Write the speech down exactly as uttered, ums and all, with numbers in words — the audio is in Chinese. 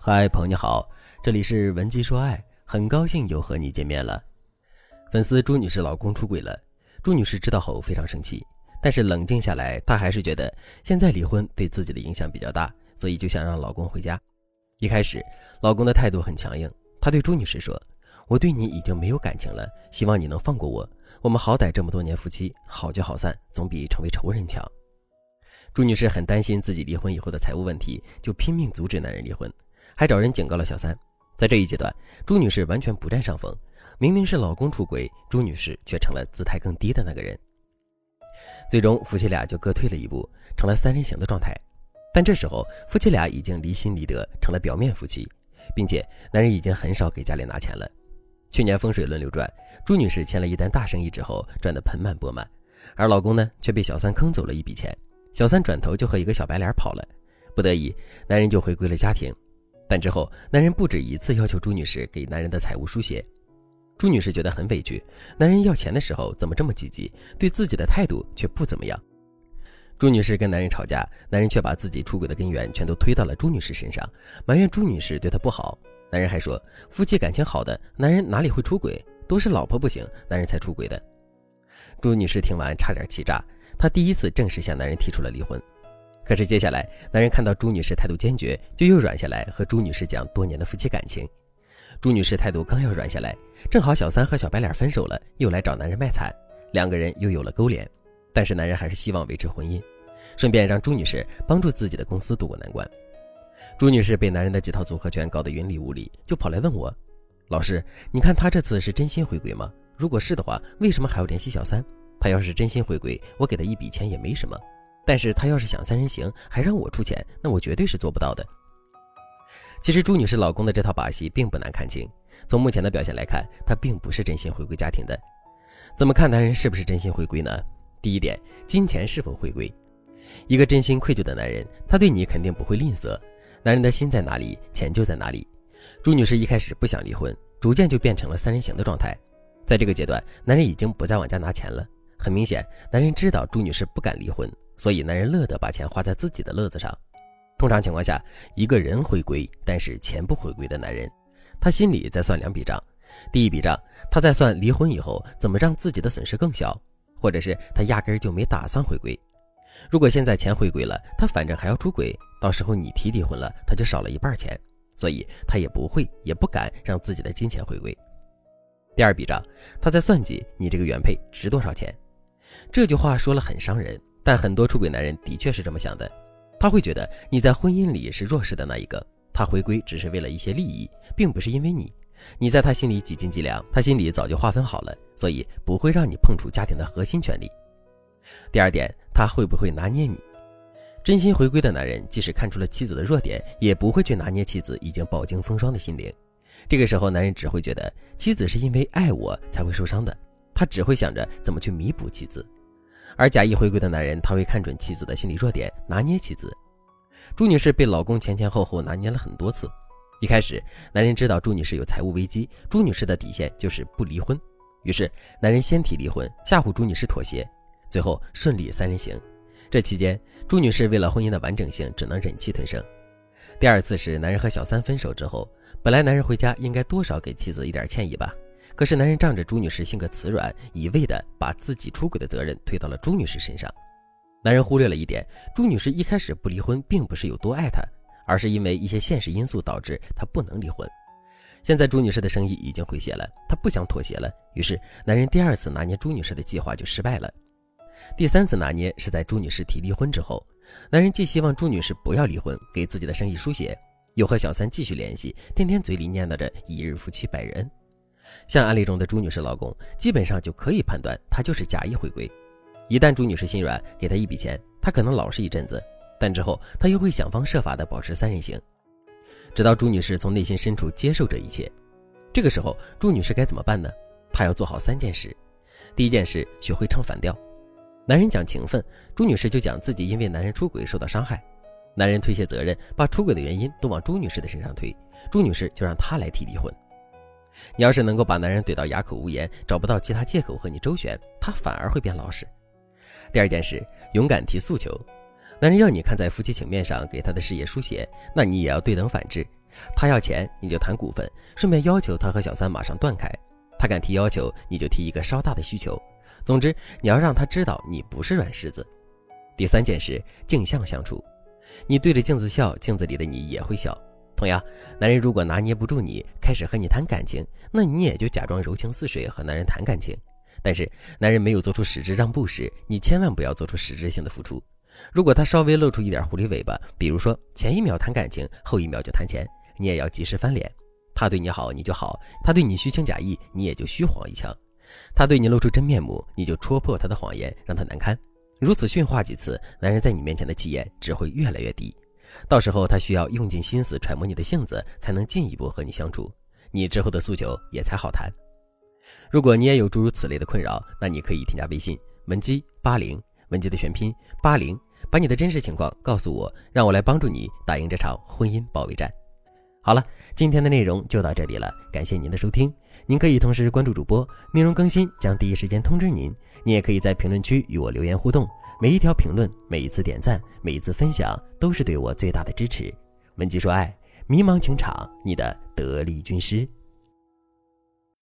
嗨，朋友你好，这里是文姬说爱，很高兴又和你见面了。粉丝朱女士老公出轨了，朱女士知道后非常生气，但是冷静下来，她还是觉得现在离婚对自己的影响比较大，所以就想让老公回家。一开始，老公的态度很强硬，他对朱女士说：“我对你已经没有感情了，希望你能放过我。我们好歹这么多年夫妻，好聚好散，总比成为仇人强。”朱女士很担心自己离婚以后的财务问题，就拼命阻止男人离婚，还找人警告了小三。在这一阶段，朱女士完全不占上风，明明是老公出轨，朱女士却成了姿态更低的那个人。最终夫妻俩就各退了一步，成了三人行的状态。但这时候夫妻俩已经离心离德，成了表面夫妻，并且男人已经很少给家里拿钱了。去年风水轮流转，朱女士签了一单大生意之后赚得盆满钵满，而老公呢却被小三坑走了一笔钱，小三转头就和一个小白脸跑了。不得已，男人就回归了家庭。但之后男人不止一次要求朱女士给男人的财务输血，朱女士觉得很委屈，男人要钱的时候怎么这么积极，对自己的态度却不怎么样。朱女士跟男人吵架，男人却把自己出轨的根源全都推到了朱女士身上，埋怨朱女士对他不好。男人还说夫妻感情好的男人哪里会出轨，都是老婆不行，男人才出轨的。朱女士听完差点气炸，她第一次正式向男人提出了离婚。可是接下来男人看到朱女士态度坚决，就又软下来和朱女士讲多年的夫妻感情。朱女士态度刚要软下来，正好小三和小白脸分手了，又来找男人卖惨，两个人又有了勾连。但是男人还是希望维持婚姻，顺便让朱女士帮助自己的公司渡过难关。朱女士被男人的几套组合拳搞得云里雾里，就跑来问我：老师，你看他这次是真心回归吗？如果是的话，为什么还要联系小三？他要是真心回归，我给他一笔钱也没什么，但是他要是想三人行还让我出钱，那我绝对是做不到的。其实朱女士老公的这套把戏并不难看清，从目前的表现来看，他并不是真心回归家庭的。怎么看男人是不是真心回归呢？第一点，金钱是否回归。一个真心愧疚的男人，他对你肯定不会吝啬，男人的心在哪里，钱就在哪里。朱女士一开始不想离婚，逐渐就变成了三人行的状态。在这个阶段，男人已经不再往家拿钱了。很明显，男人知道朱女士不敢离婚，所以男人乐得把钱花在自己的乐子上。通常情况下，一个人回归但是钱不回归的男人，他心里在算两笔账。第一笔账，他在算离婚以后怎么让自己的损失更小，或者是他压根儿就没打算回归。如果现在钱回归了，他反正还要出轨，到时候你提离婚了，他就少了一半钱，所以他也不会也不敢让自己的金钱回归。第二笔账，他在算计你这个原配值多少钱。这句话说了很伤人，但很多出轨男人的确是这么想的。他会觉得你在婚姻里是弱势的那一个，他回归只是为了一些利益，并不是因为你。你在他心里几斤几两，他心里早就划分好了，所以不会让你碰触家庭的核心权利。第二点，他会不会拿捏你。真心回归的男人即使看出了妻子的弱点，也不会去拿捏妻子已经饱经风霜的心灵。这个时候男人只会觉得妻子是因为爱我才会受伤的，他只会想着怎么去弥补妻子。而假意回归的男人，他会看准妻子的心理弱点，拿捏妻子。朱女士被老公前前后后拿捏了很多次。一开始男人知道朱女士有财务危机，朱女士的底线就是不离婚，于是男人先提离婚，吓唬朱女士妥协，最后顺利三人行。这期间朱女士为了婚姻的完整性，只能忍气吞声。第二次是男人和小三分手之后，本来男人回家应该多少给妻子一点歉意吧，可是男人仗着朱女士性格慈软，一味的把自己出轨的责任推到了朱女士身上。男人忽略了一点，朱女士一开始不离婚并不是有多爱他，而是因为一些现实因素导致她不能离婚。现在朱女士的生意已经回血了，她不想妥协了，于是男人第二次拿捏朱女士的计划就失败了。第三次拿捏是在朱女士提离婚之后，男人既希望朱女士不要离婚，给自己的生意输血，又和小三继续联系，天天嘴里念叨着一日夫妻百日恩。像案例中的朱女士老公，基本上就可以判断他就是假意回归。一旦朱女士心软，给他一笔钱，他可能老实一阵子，但之后他又会想方设法地保持三人行，直到朱女士从内心深处接受这一切。这个时候朱女士该怎么办呢？她要做好三件事。第一件事，学会唱反调。男人讲情分，朱女士就讲自己因为男人出轨受到伤害。男人推卸责任，把出轨的原因都往朱女士的身上推，朱女士就让她来提离婚。你要是能够把男人怼到哑口无言，找不到其他借口和你周旋，他反而会变老实。第二件事，勇敢提诉求。男人要你看在夫妻情面上给他的事业输血，那你也要对等反制， 他要钱你就谈股份，顺便要求他和小三马上断开。他敢提要求，你就提一个稍大的需求。总之，你要让他知道你不是软柿子。第三件事，镜像相处。你对着镜子笑，镜子里的你也会笑。同样，男人如果拿捏不住你，开始和你谈感情，那你也就假装柔情似水和男人谈感情。但是男人没有做出实质让步时，你千万不要做出实质性的付出。如果他稍微露出一点狐狸尾巴，比如说前一秒谈感情，后一秒就谈钱，你也要及时翻脸。他对你好你就好，他对你虚情假意，你也就虚晃一枪。他对你露出真面目，你就戳破他的谎言，让他难堪。如此训话几次，男人在你面前的气焰只会越来越低。到时候他需要用尽心思揣摩你的性子，才能进一步和你相处，你之后的诉求也才好谈。如果你也有诸如此类的困扰，那你可以添加微信文姬八零，文姬的全拼八零，把你的真实情况告诉我，让我来帮助你打赢这场婚姻保卫战。好了，今天的内容就到这里了，感谢您的收听。您可以同时关注主播，内容更新将第一时间通知您。您也可以在评论区与我留言互动，每一条评论，每一次点赞，每一次分享，都是对我最大的支持。文姬说爱，迷茫情场，你的得力军师。